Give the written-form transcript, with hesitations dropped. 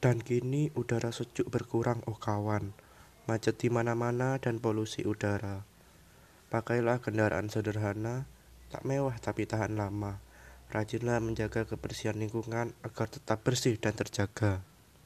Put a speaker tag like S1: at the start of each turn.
S1: Dan kini udara sejuk berkurang oh kawan, macet di mana-mana dan polusi udara. Pakailah kendaraan sederhana, tak mewah tapi tahan lama. Rajinlah menjaga kebersihan lingkungan agar tetap bersih dan terjaga.